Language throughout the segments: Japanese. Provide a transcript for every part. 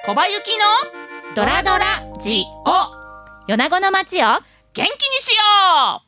小葉ゆきのドラドラジオ。 米子の街を元気にしよう。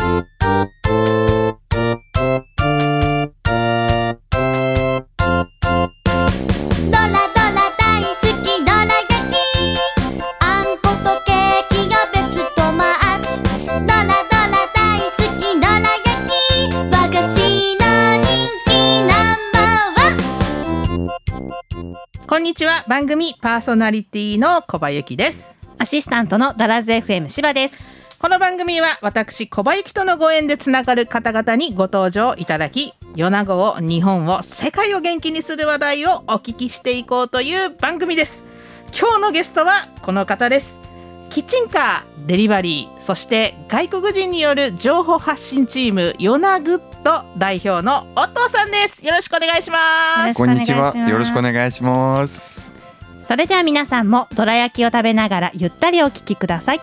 ドラドラ大好きドラ焼き、あんことケーキがベストマッチ。ドラドラ大好きドラ焼き、和菓子の人気ナンバーワン。 こんにちは。番組パーソナリティの小葉ゆきです。 アシスタントのダラズ FM 柴です。 この番組は私小葉ゆきとのご縁でつながる方々にご登場いただき、米子を、日本を、世界を元気にする話題をお聞きしていこうという番組です。今日のゲストはこの方です。キッチンカー、デリバリー、そして外国人による情報発信チームヨナグッド代表のオットーさんです。よろしくお願いします。 こんにちは。よろしくお願いします。 それでは皆さんもどら焼きを食べながらゆったりお聞きください。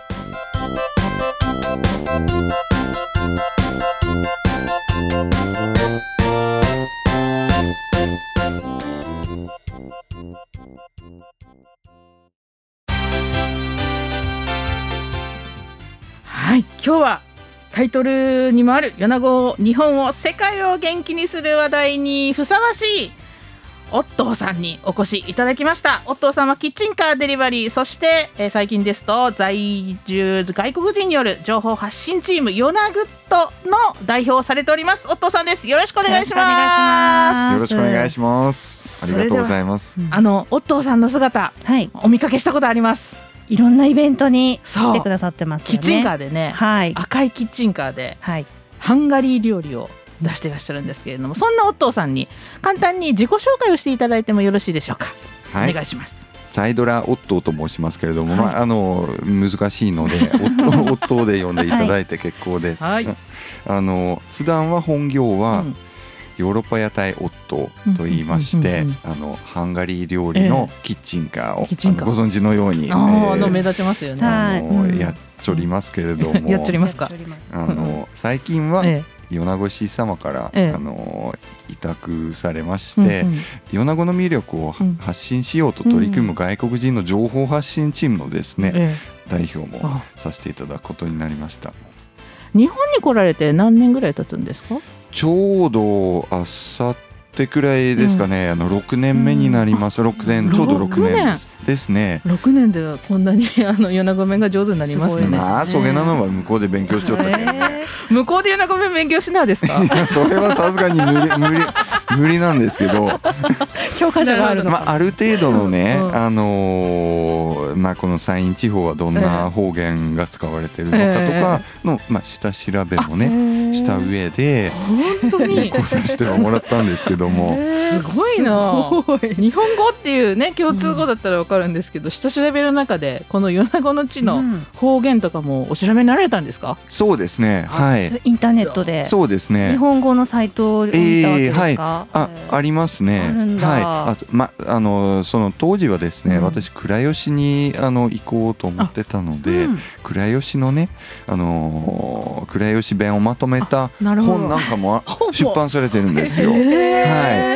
はい、今日はタイトルにもある米子、日本を、世界を元気にする話題にふさわしいオットーさんにお越しいただきました。オットーさんはキッチンカー、デリバリー、そして、最近ですと在住外国人による情報発信チームヨナグッドの代表をされておりますオットーさんです。よろしくお願いします。 よろしくお願いします。ありがとうございます。 オットーさんの姿、 はい、 お見かけしたことあります。 いろんなイベントに来てくださってますよね。 キッチンカーでね、 はい、 赤いキッチンカーで、 はい、 ハンガリー料理を出していらっしゃるんですけれども、そんなオットーさんに簡単に自己紹介をしていただいてもよろしいでしょうか。はい、お願いします。 サイドラオットーと申しますけれども、 はい、 難しいのでオットーで呼んでいただいて結構です。はい、普段は本業は、ヨーロッパ屋台オットーと言いまして、ハンガリー料理のキッチンカーを、ご存知のように、 目立ちますよね。 やっちょりますけれども、 やっちょりますか。 最近は、米子市様から、委託されまして、米子の魅力を発信しようと取り組む外国人の情報発信チームのですね、代表もさせていただくことになりました。 日本に来られて何年ぐらい経つんですか？ ちょうどあさってくらいですかね。6年目になります。6年、ちょうど6年ですね。 6年ではこんなに米子弁が上手になりますね。 そげなのは向こうで勉強しちゃったけどね。 向こうで米子弁勉強しないですか？ それはさすがに無理なんですけど、 教科書があるのか。 ある程度のね、この山陰地方はどんな方言が使われてるのかとかの、下調べもねした上で本当に来させてもらったんですけども、 すごいな。日本語っていうね共通語だったら分かるんですけど、下調べの中でこの米子の地の方言とかもお調べになられたんですか？ そうですね、はい、 インターネットで。 そうですね、 日本語のサイトを見たわけですか？ ありますね。はい、その当時はですね、私倉吉に行こうと思ってたので、倉吉のね、倉吉弁をまとめた本なんかも出版されてるんですよ。はい、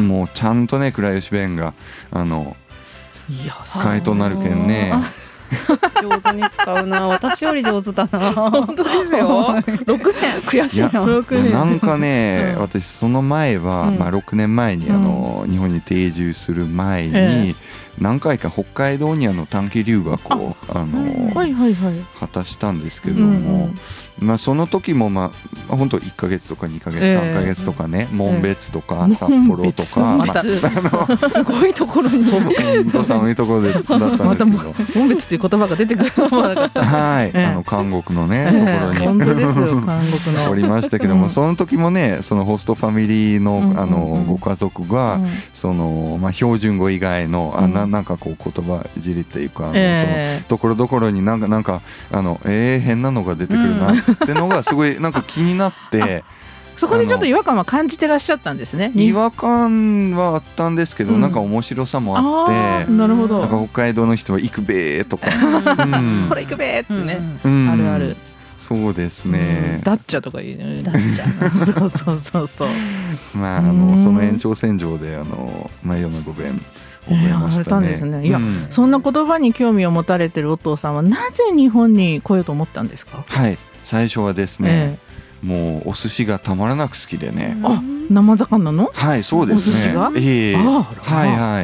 もうちゃんとね倉吉弁が回答なるけんね。 上手に使うな。私より上手だな。 本当ですよ。6年悔しいな。 なんかね、私その前は、6年前に日本に定住する前に、何回か北海道に短期留学を果たしたんですけども、その時も本当1ヶ月とか2ヶ月、3ヶ月とかね、紋別とか札幌とか、 すごいところに寒いところでだったんですけど、 紋別っていう言葉が出てくるのはなかった。はい、 韓国のねところに本当ですよ、韓国のおりましたけども、その時もね、そのホストファミリーのご家族がその標準語以外のなんかこう言葉いじりっていうか、そのところどころになんか変なのが出てくるなってのがすごいなんか気になって。 そこでちょっと違和感は感じてらっしゃったんですね。 違和感はあったんですけど、なんか面白さもあって、 なるほど。 なんか北海道の人は行くべーとか、 これ行くべーってね、あるある。 そうですね、 ダッチャとか言うね。ダッチャそうその延長線上で米子弁覚えましたね。 たんですね。いや、そんな言葉に興味を持たれてるお父さんはなぜ日本に来ようと思ったんですか？ はい、最初はですね、もうお寿司がたまらなく好きでね。 あ、生魚の？ はい、そうですね。 お寿司が？ はいはい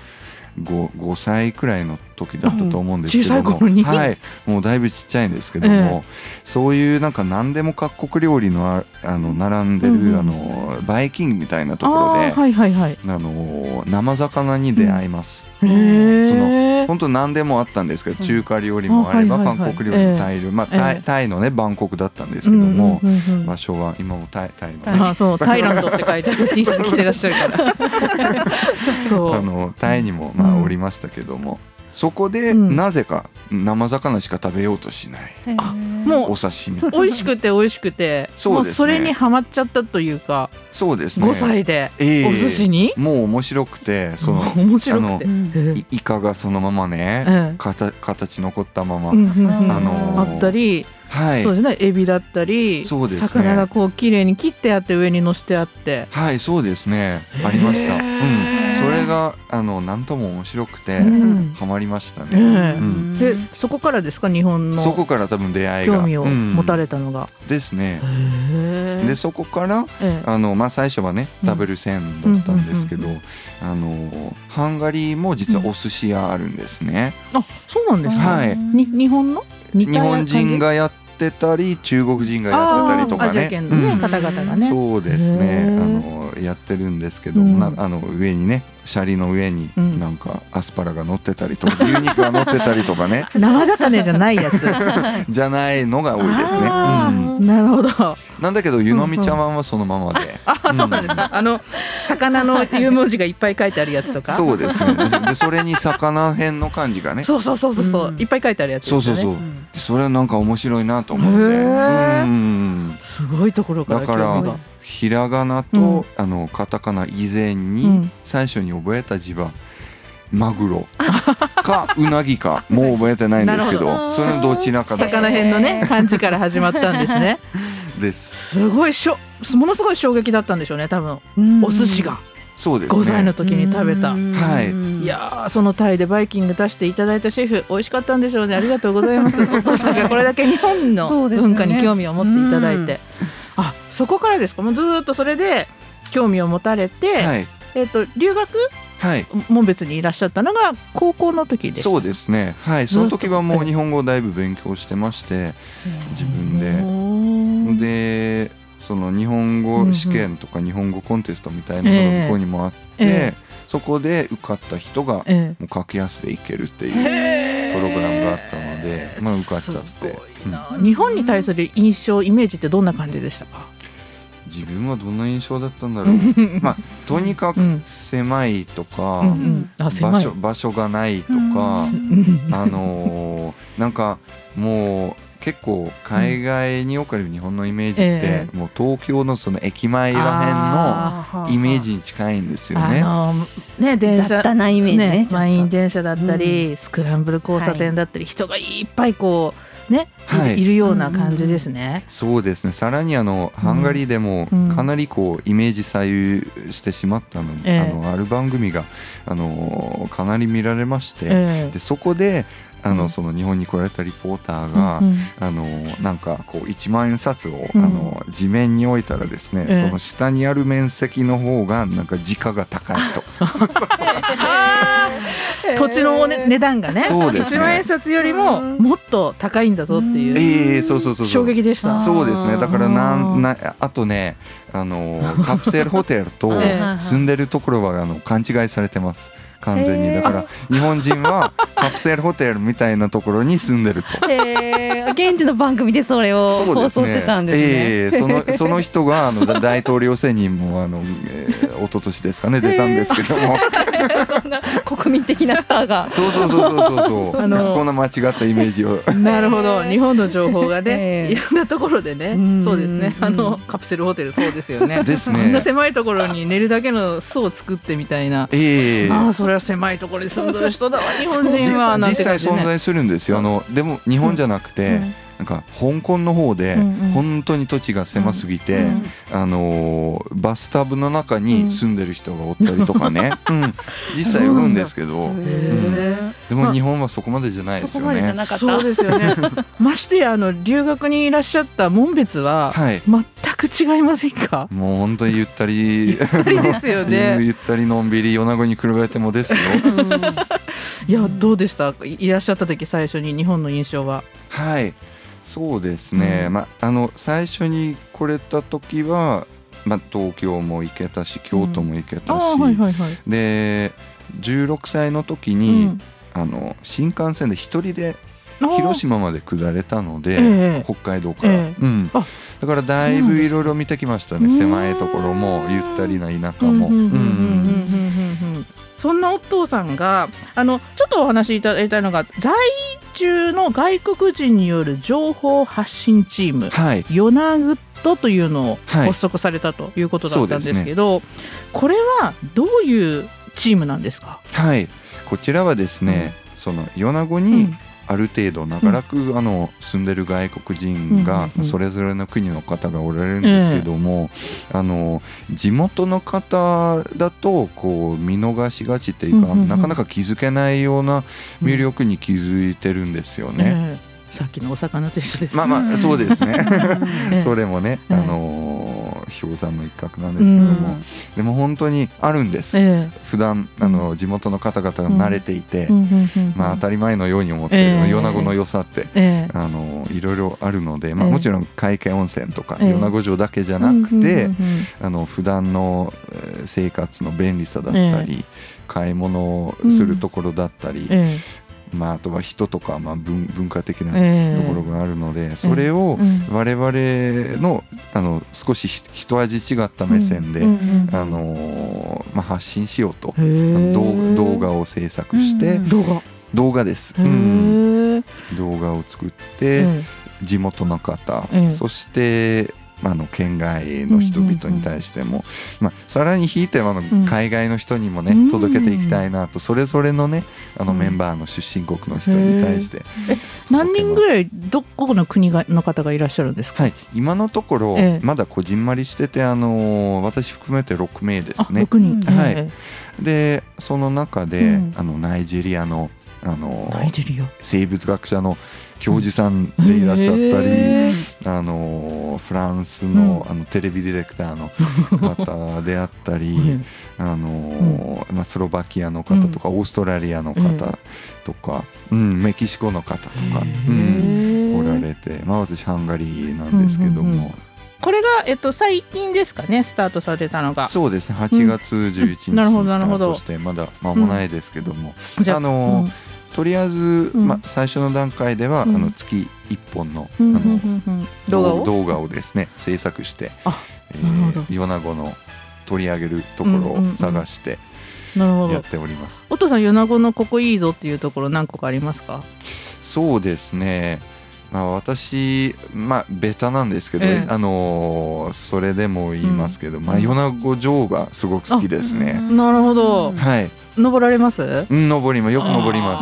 。5歳くらいの時だったと思うんですけども、 小さい頃に、 はい、もうだいぶちっちゃいんですけども、そういうなんか何でも各国料理の並んでる、バイキングみたいなところで、生魚に出会います。その本当何でもあったんですけど、中華料理もあれば韓国料理もタイ料理、タイのねバンコクだったんですけども、場所は今もタイのね、 そうタイランドって書いてある T シャツ着てらっしゃるからそうタイにもおりましたけども、そこでなぜか生魚しか食べようとしない、もうお刺身美味しくて美味しくて、もうそれにハマっちゃったというか。 そうですね、 5歳でお寿司に、 もう面白くて、 面白くてイカがそのままね、形残ったままあったり、そうですね、エビだったり、魚がこう綺麗に切ってあって上に乗せてあって、 はい、そうですね、ありました。それがなんとも面白くてハマりましたね。 でそこからですか、日本の。 そこから多分出会いが興味を持たれたのがですね。でそこから最初はねダブルセンだったんですけど、ハンガリーも実はお寿司屋あるんですね。 あ、そうなんですね。 はい。 日本の日本人がやってたり中国人がやってたりとかね、 アジア圏のね、方々がね、 そうですね、やってるんですけど、上にね、シャリの上になんかアスパラが乗ってたりとか、牛肉が乗ってたりとかね、 生魚じゃないやつじゃないのが多いですね。 なるほど。 なんだけど湯飲み茶碗はそのままで、 そうなんですか。魚の有文字がいっぱい書いてあるやつとか。 そうですね。でそれに魚編の漢字がね、 そういっぱい書いてあるやつですね。 そうそれはなんか面白いなと思って、 すごいところからだからひらがなとカタカナ以前に最初に覚えた字はマグロかウナギかもう覚えてないんですけど、それのどちらかだ。 魚編のね漢字から始まったんですね。 です。 すごいものすごい衝撃だったんでしょうね、多分。お寿司が。 そうですね。 5歳の時に食べた。 はい。 いやそのタイでバイキング出していただいたシェフ、美味しかったんでしょうね。ありがとうございます。お父さんがこれだけ日本の文化に興味を持っていただいて、そこからですか。もうずっとそれで興味を持たれて、留学紋別にいらっしゃったのが高校の時です。 そうですね。はい。その時はもう日本語をだいぶ勉強してまして、自分でその日本語試験とか日本語コンテストみたいなのが向こうにもあって、そこで受かった人がもう格安で行けるっていうプログラムがあったので、受かっちゃって。 日本に対する印象イメージってどんな感じでしたか？ 自分はどんな印象だったんだろう。とにかく狭いとか、場所がないとか、なんかもう結構海外における日本のイメージってもう東京のその駅前らへんのイメージに近いんですよね。 電車なイメージね、 満員電車だったり、スクランブル交差点だったり、人がいっぱいこうね、いるような感じですね。 そうですね。さらにハンガリーでもかなりこうイメージ左右してしまったので、ある番組がかなり見られまして、でそこでその日本に来られたリポーターが、なんかこう1万円札を地面に置いたらですね、その下にある面積の方がなんか時価が高いと。 土地の値段がね、1万円札よりももっと高いんだぞっていう、衝撃でした。 そうですね。だからあとね、カプセルホテルと住んでるところは勘違いされてます。完全に。だから日本人はカプセルホテルみたいなところに住んでると。 現地の番組でそれを放送してたんですね。 その人が大統領選にも一昨年ですかね出たんですけども、 国民的なスターがそうこんな間違ったイメージを。 なるほど。日本の情報がね、いろんなところでね、そうですね。カプセルホテルそうですよね。 ですね。 こんな狭いところに寝るだけの巣を作ってみたいな。それは狭いところに住んでる人だわ日本人はなんて実際存在するんですよ。でも日本じゃなくて、 なんか香港の方で本当に土地が狭すぎて、バスタブの中に住んでる人がおったりとかね、実際いるんですけど、でも日本はそこまでじゃないですよね。 そうですよね。ましてや留学にいらっしゃった門別は全く違いませんか？ もう本当にゆったりですよね。 ゆったりのんびり米子に比べてもですよ。 いや、どうでした？いらっしゃった時最初に日本の印象は。 はい、そうですね、最初に来れた時は、東京も行けたし京都も行けたし、で16歳の時に、新幹線で一人で広島まで下れたので、北海道から、だからだいぶいろいろ見てきましたね。狭いところもゆったりな田舎も。 そんなお父さんがちょっとお話しいただいたのが、在中の外国人による情報発信チーム、ヨナグッドというのを発足されたということだったんですけど、これはどういうチームなんですか？ はい、こちらはですね、その米子にある程度長らく住んでる外国人がそれぞれの国の方がおられるんですけども、地元の方だとこう見逃しがちっていうか、なかなか気づけないような魅力に気づいてるんですよね。 さっきのお魚と一緒です。 そうですね。それもね、氷山の一角なんですけども、でも本当にあるんです。普段地元の方々が慣れていて、当たり前のように思っている米子の良さっていろいろあるので、もちろん海景温泉とか米子城だけじゃなくて、普段の生活の便利さだったり、買い物をするところだったり、あとは人とか文化的なところがあるので、それを我々の少し一味違った目線で発信しようと動画を制作して、動画です、動画を作って地元の方、そして県外の人々に対しても、さらにひいては海外の人にもね、届けていきたいなと、それぞれのねメンバーの出身国の人に対して。 何人ぐらいどこの国の方がいらっしゃるんですか？ 今のところまだこじんまりしてて、私含めて6名ですね。 6人。 でその中で、ナイジェリアの生物学者の教授さんでいらっしゃったり、フランスの、テレビディレクターの方であったり、スロバキアの方とか、オーストラリアの方とか、メキシコの方とか、おられて、私ハンガリーなんですけども、 これが、最近ですかね、スタートされたのが。 そうですね、8月11日にスタートしてまだ間もないですけども、とりあえず、最初の段階では、月1本の、動画をですね制作して、米子の取り上げるところを探してやっております。 お父さん、米子のここいいぞっていうところ何個かありますか？ そうですね、私、ベタなんですけど、それでも言いますけど、米子城がすごく好きですね。 なるほど。はい。登られます？ よく登ります。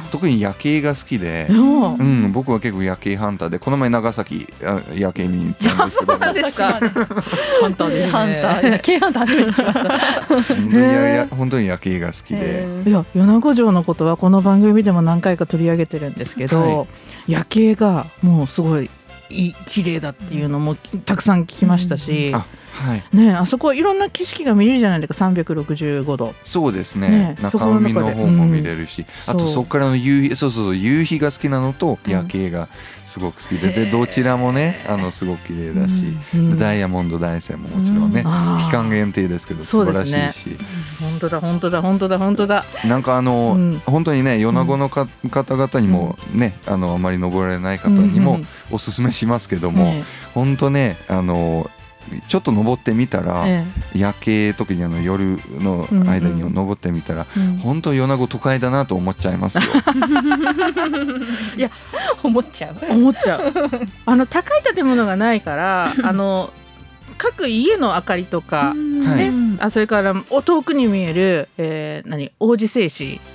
特に夜景が好きで、僕は結構夜景ハンターで、この前長崎夜景見に行ったんですけど。 そうなんですか？ハンターですね。 夜景ハンター初めて聞きました。 本当に夜景が好きで。 いや、米子城のことはこの番組でも何回か取り上げてるんですけど、夜景がもうすごい綺麗だっていうのもたくさん聞きましたし、あそこいろんな景色が見れるじゃないですか、365度。 そうですね、中海の方も見れるし、あとそこからの夕日が好きなのと夜景がすごく好きで、どちらもねすごく綺麗だし、ダイヤモンド大山ももちろんね、期間限定ですけど素晴らしいし、 本当だ。なんか本当にね、米子の方々にもね、あまり登られない方にもおすすめしますけども、本当ね、ちょっと登ってみたら、夜景、特に夜の間に登ってみたら、本当米子都会だなと思っちゃいますよ。 いや、思っちゃう。 高い建物がないから各家の明かりとか、それから遠くに見える、王子製紙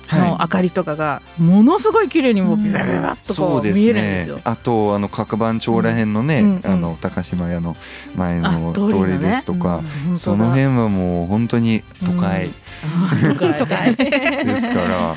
の明かりとかがものすごい綺麗にもうビラビラっとこう見えるんですよ。 あと角番町らへんのね、高島屋の前の通りですとか、その辺はもう本当に都会、 都会ですから、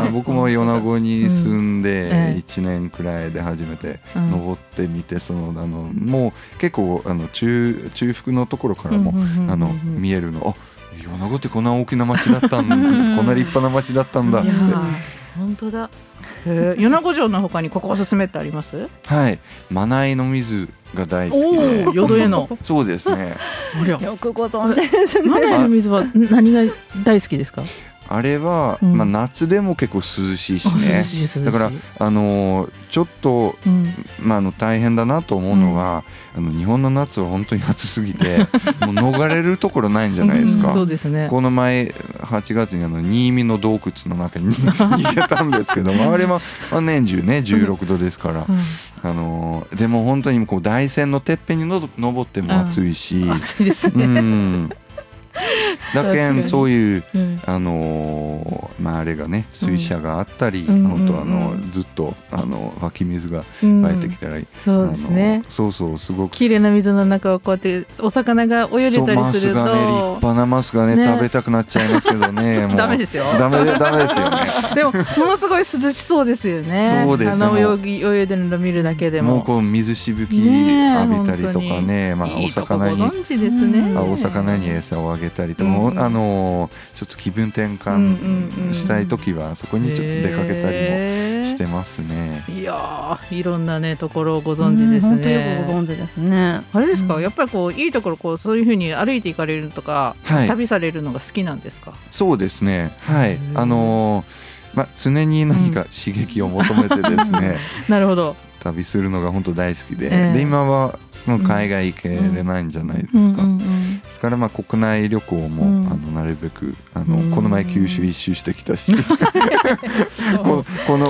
僕も米子に住んで1年くらいで初めて登ってみて、もう結構中腹のところからも見えるの、米子ってこんな大きな町だったんだこんな立派な町だったんだって。 本当だ。米子城の他にここおすすめってあります？ はい、真名の水が大好きで。 淀江の。 そうですね。 よくご存知ですね。 真名の水は何が大好きですか？ あれは、夏でも結構涼しいしね。だからちょっと、大変だなと思うのは、日本の夏は本当に暑すぎてもう逃れるところないんじゃないですか。 そうですね。この前8月に新見の洞窟の中に逃げたんですけどあれは年中ね16度ですから、でも本当にこう大山のてっぺんに登っても暑いし、 暑いですね。 だけんそういうあれがね水車があったり、本当ずっと湧き水が湧いてきたり、 そうですね。 そうすごく綺麗な水の中をこうやってお魚が泳いでたりすると、 マスがね、立派なマスがね食べたくなっちゃいますけどね。もうダメですよ。 ダメですよね。 でもものすごい涼しそうですよね。 そうですね。 泳いでるの見るだけでも。 もうこう水しぶき浴びたりとかね、お魚にお魚に餌をあげたりとか、ちょっと気分転換したい時はそこにちょっと出かけたりもしてますね。 いやいろんなねところをご存知ですね。 本当よくご存知ですね。 あれですか、やっぱりこういいところそういう風に歩いて行かれるとか、旅されるのが好きなんですか？そうですね。はい。常に何か刺激を求めてですね。 なるほど。 旅するのが本当大好きで、で今はもう海外行けれないんじゃないですか。ですから国内旅行もなるべくこの前九州一周してきたしこの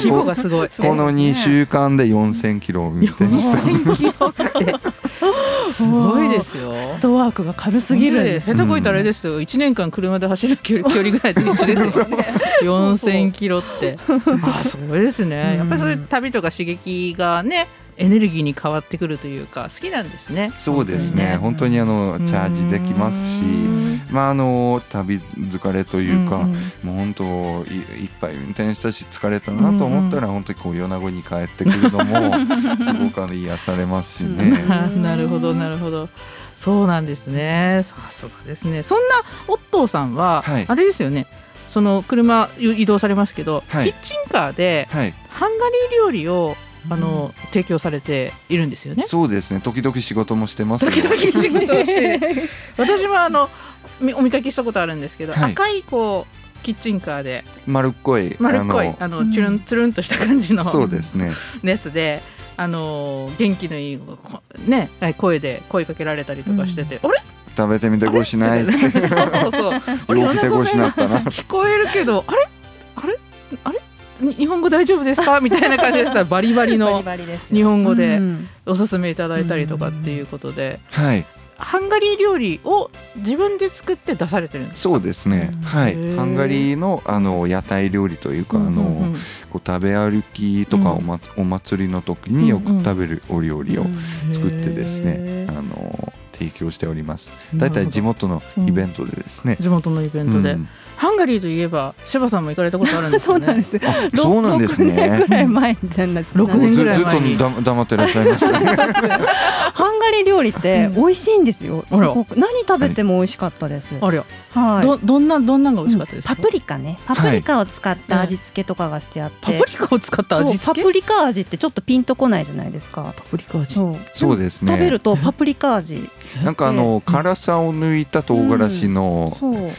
2週間で4000キロを運転した。 4000キロってすごいですよ。 フットワークが軽すぎる。 下手こいたらあれですよ、1年間車で走る距離ぐらいと一緒ですよね。4000キロってすごいですね。やっぱりそれ旅とか刺激がねエネルギーに変わってくるというか好きなんですね。 そうですね。本当にチャージできますし、旅疲れというか、もう本当いっぱい運転したし疲れたなと思ったら、本当にこう米子に帰ってくるのもすごく癒されますしね。 なるほどなるほど。そうなんですね。さすがですね。そんなオットーさんは、あれですよね。その車移動されますけど、キッチンカーでハンガリー料理を提供されているんですよね。 そうですね。時々仕事もしてます。 時々仕事をしてる。私もお見かけしたことあるんですけど、赤いこうキッチンカーで丸っこいチュルンつるんとした感じのそうですねやつで元気のいいね声で声かけられたりとかしてて、あれ食べてみてごしない。そうよくてごしなったな。 聞こえるけどあれ日本語大丈夫ですかみたいな感じでしたらバリバリの日本語でおすすめいただいたりとかっていうことで、ハンガリー料理を自分で作って出されてるんですか？ そうですね。ハンガリーの屋台料理というかこう食べ歩きとかお祭りの時によく食べるお料理を作ってですね提供しております。だいたい地元のイベントでですね。 地元のイベントで。ハンガリーといえば柴さんも行かれたことあるんですよね。 そうなんです。 そうなんですね。 6年ぐらい前なんです。 6年ぐらい前にずっと黙ってらっしゃいましたね。 ハンガリー料理って美味しいんですよ。何食べても美味しかったです。 あら。どんなんが美味しかったですか？ パプリカを使った味付けとかがしてあって。 パプリカを使った味付け？ パプリカ味ってちょっとピンとこないじゃないですか。 パプリカ味。 そうですね。 食べるとパプリカ味。 なんか辛さを抜いた唐辛子の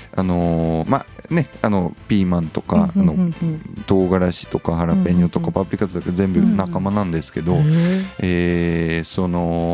ピーマンとか唐辛子とかハラペーニョとかパプリカとか全部仲間なんですけど、その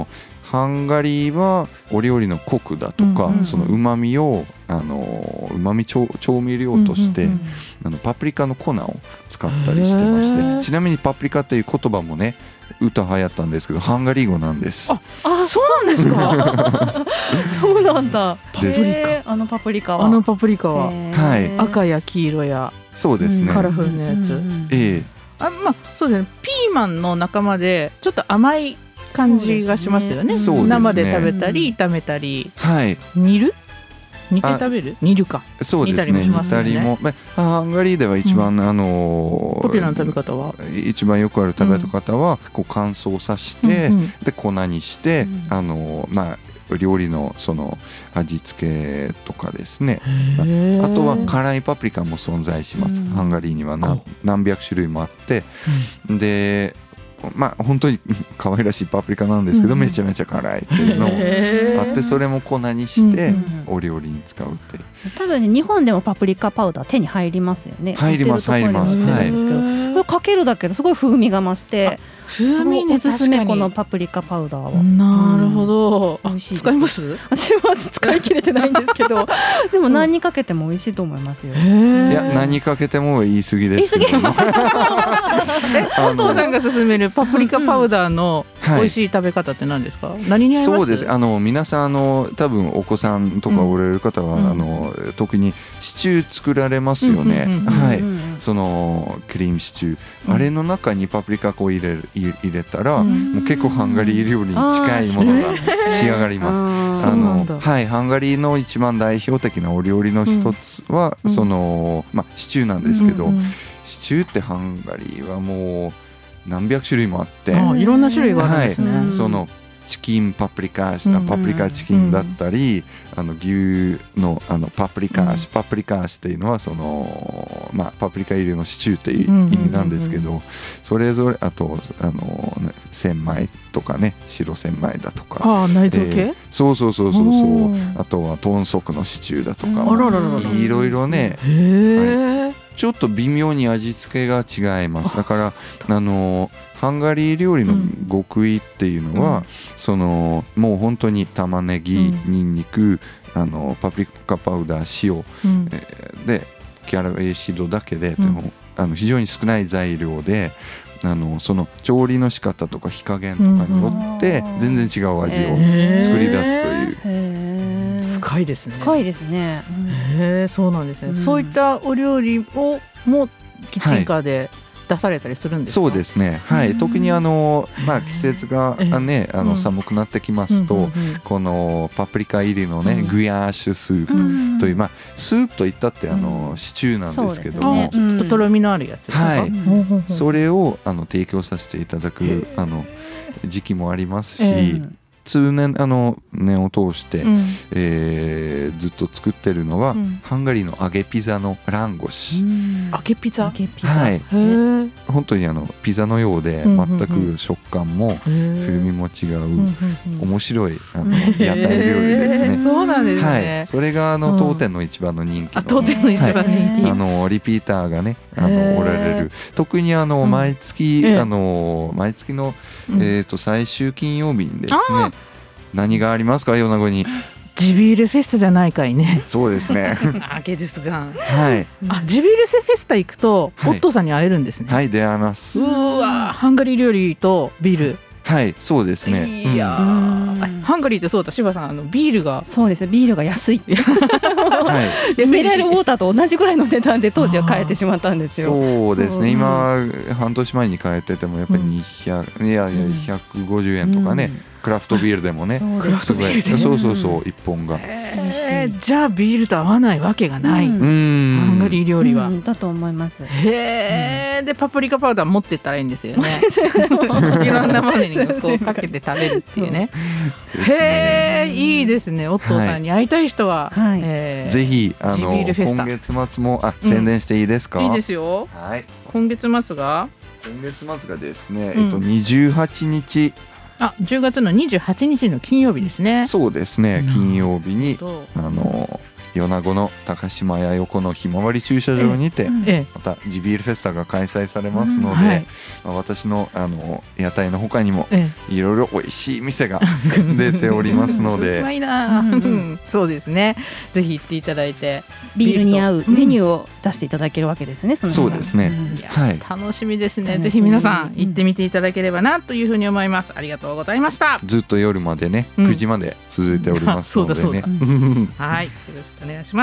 ハンガリーはお料理のコクだとか、その旨味を旨味調味料として、パプリカの粉を使ったりしてまして、ちなみにパプリカっていう言葉もね歌流行ったんですけどハンガリー語なんです。 あ、そうなんですか。 そうなんだ。 パプリカ、 あのパプリカは、 はい、 赤や黄色や、 そうですね、 カラフルなやつ。そうですね。ピーマンの仲間でちょっと甘い感じがしますよね。生で食べたり炒めたり、煮て食べる、煮るか。 そうですね。煮たりも、ハンガリーでは一番ポピュラーな食べ方は、 一番よくある食べ方はこう乾燥させて、で粉にして、料理のその味付けとかですね。あとは辛いパプリカも存在します。ハンガリーには何百種類もあって、で本当に可愛らしいパプリカなんですけど、めちゃめちゃ辛いっていうのもあって、それも粉にしてお料理に使うっていう。 多分ね、日本でもパプリカパウダー手に入りますよね。 入ります。 これかけるだけですごい風味が増して、 風味におすすめ、このパプリカパウダーは。 なるほど。 美味しいです。 使います？ 私は使い切れてないんですけど、でも何にかけても美味しいと思いますよ。 いや、何にかけても言い過ぎです。 言い過ぎ。 お父さんが勧めるパプリカパウダーの美味しい食べ方って何ですか？何に合います？ そうです。皆さん多分お子さんとかおられる方は、特にシチュー作られますよね。はい。そのクリームシチュー、あれの中にパプリカ粉を入れたら、もう結構ハンガリー料理に近いものが仕上がります。はい、ハンガリーの一番代表的なお料理の一つは、そのシチューなんですけど、シチューってハンガリーはもう何百種類もあって、 いろんな種類があるんですね。 そのチキンパプリカチキンだったり、牛のパプリカーシっていうのはそのパプリカ入りのシチューっていう意味なんですけど、それぞれあと千枚とかね、白千枚だとか、 内臓系、 そうあとは豚足のシチューだとか、いろいろね、ちょっと微妙に味付けが違います。だからハンガリー料理の極意っていうのは、そのもう本当に玉ねぎ、ニンニク、パプリカパウダー、塩、でキャラメルシードだけで、非常に少ない材料でその調理の仕方とか火加減とかによって全然違う味を作り出すという。 深いですね。 深いですね。 そうなんですね。そういったお料理をもキッチンカーで出されたりするんですか？ そうですね。はい。特に季節がね寒くなってきますと、このパプリカ入りのねグヤーシュスープというスープといったってシチューなんですけども、 ちょっととろみのあるやつですか？はい。 それを提供させていただく時期もありますし。通年年を通して、ずっと作ってるのは、ハンガリーの揚げピザのランゴシ。 揚げピザ？ はい。本当にピザのようで、全く食感も風味も違う面白い屋台料理ですね。 そうなんですね。 はい。それが当店の一番の人気の。 当店の一番人気。 リピーターがねおられる。特に毎月の最終金曜日にですね。何がありますか、米子に？ 地ビールフェスタじゃないかいね。 そうですね。 あけですが。 はい。 地ビールフェスタ行くとオットーさんに会えるんですね。 はい、出会います。 ハンガリー料理とビール。 はい、そうですね。 いやハンガリーってそうだ、柴さんビールがそうですよ、ビールが安い。ミネラルウォーターと同じぐらいの値段で当時は買えてしまったんですよ。 そうですね。今半年前に買えててもやっぱり150円とかね。クラフトビールでもね。 クラフトビールで。 そう一本が。 じゃあビールと合わないわけがない。ハンガリー料理は。 だと思います。 でパプリカパウダー持ってったらいいんですよね。いろんなものにこうかけて食べるっていうね。いいですね。オットーさんに会いたい人はぜひ今月末も宣伝していいですか？ いいですよ。今月末がですね、28日。 10月の28日の金曜日ですね。 そうですね。金曜日に米子の高島屋横のひまわり駐車場にてまた地ビールフェスタが開催されますので、私の屋台の他にもいろいろ美味しい店が出ておりますのでうまいな、そうですね、ぜひ行っていただいてビールに合うメニューを出していただけるわけですね。 そうですね、はい、 楽しみですね。ぜひ皆さん行ってみていただければなというふうに思います。ありがとうございました。 ずっと夜までね、9時まで続いておりますのでね、 はい、よろしくお願いします。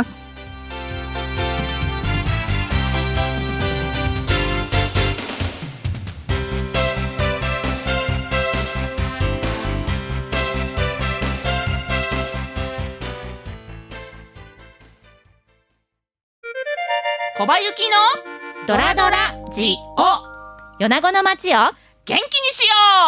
小葉ゆきのドラドラジオ、米子の街を元気にし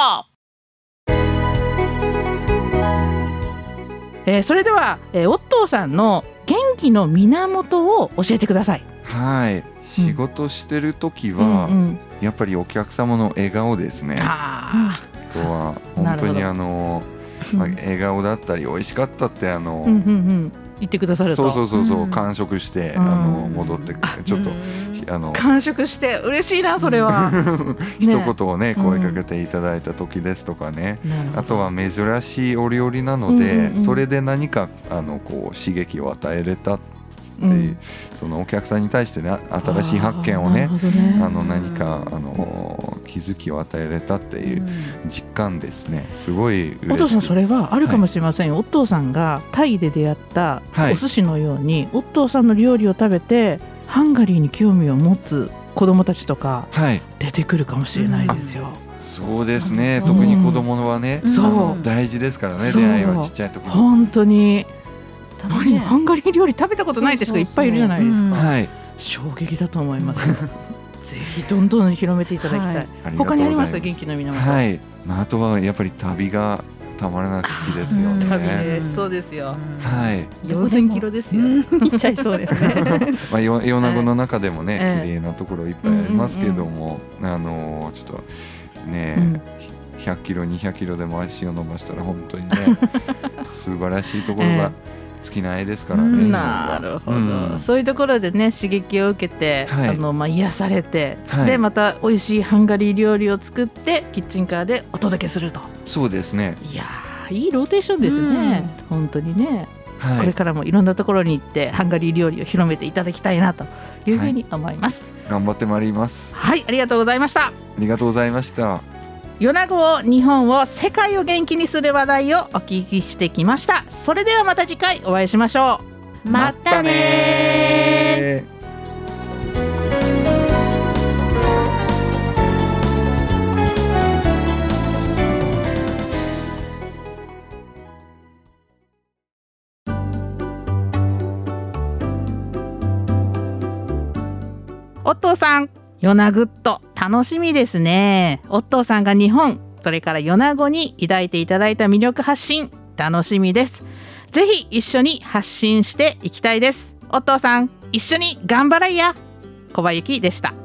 よう。それでは、オットーさんの元気の源を教えてください。 はい、仕事してる時は、やっぱりお客様の笑顔ですね。あとは本当に笑顔だったり美味しかったって言ってくださると、 そう完食して戻ってちょっと完食して嬉しいな、それは一言をね声かけていただいた時ですとかね、あとは珍しいお料理なのでそれで何かこう刺激を与えれたっていう、そのお客さんに対してね新しい発見をね何か気づきを与えれたっていう実感ですね。すごい嬉しい。 お父さんそれはあるかもしれませんよ、お父さんがタイで出会ったお寿司のように、お父さんの料理を食べてハンガリーに興味を持つ子どもたちとか出てくるかもしれないですよ。 そうですね、特に子供はね、大事ですからね、出会いはちっちゃい時に。 本当にハンガリー料理食べたことないって人がいっぱいいるじゃないですか。衝撃だと思いますぜひどんどん広めていただきたい。他にありますか、元気の源。 はい、あとはやっぱり旅がたまらなく好きですよね。 旅です。そうですよ。 はい。 4000キロですよ。 行っちゃいそうですね。 米子の中でもね、綺麗なところいっぱいありますけども、ちょっとね、100キロ200キロでも足を伸ばしたら本当にね素晴らしいところが尽きないですからね。 なるほど、そういうところでね刺激を受けて、癒されて、でまた美味しいハンガリー料理を作ってキッチンカーでお届けすると。 そうですね。 いやいいローテーションですね、本当にね、これからもいろんなところに行ってハンガリー料理を広めていただきたいなというふうに思います。 頑張ってまいります。 はい、ありがとうございました。 ありがとうございました。 米子を、日本を、世界を元気にする話題をお聞きしてきました。それではまた次回お会いしましょう。 またね。 お父さん、米子っと楽しみですね。オットーさんが日本、それから米子に抱いていただいた魅力発信、楽しみです。ぜひ一緒に発信していきたいです。オットーさん、一緒に頑張らいや。小葉ゆきでした。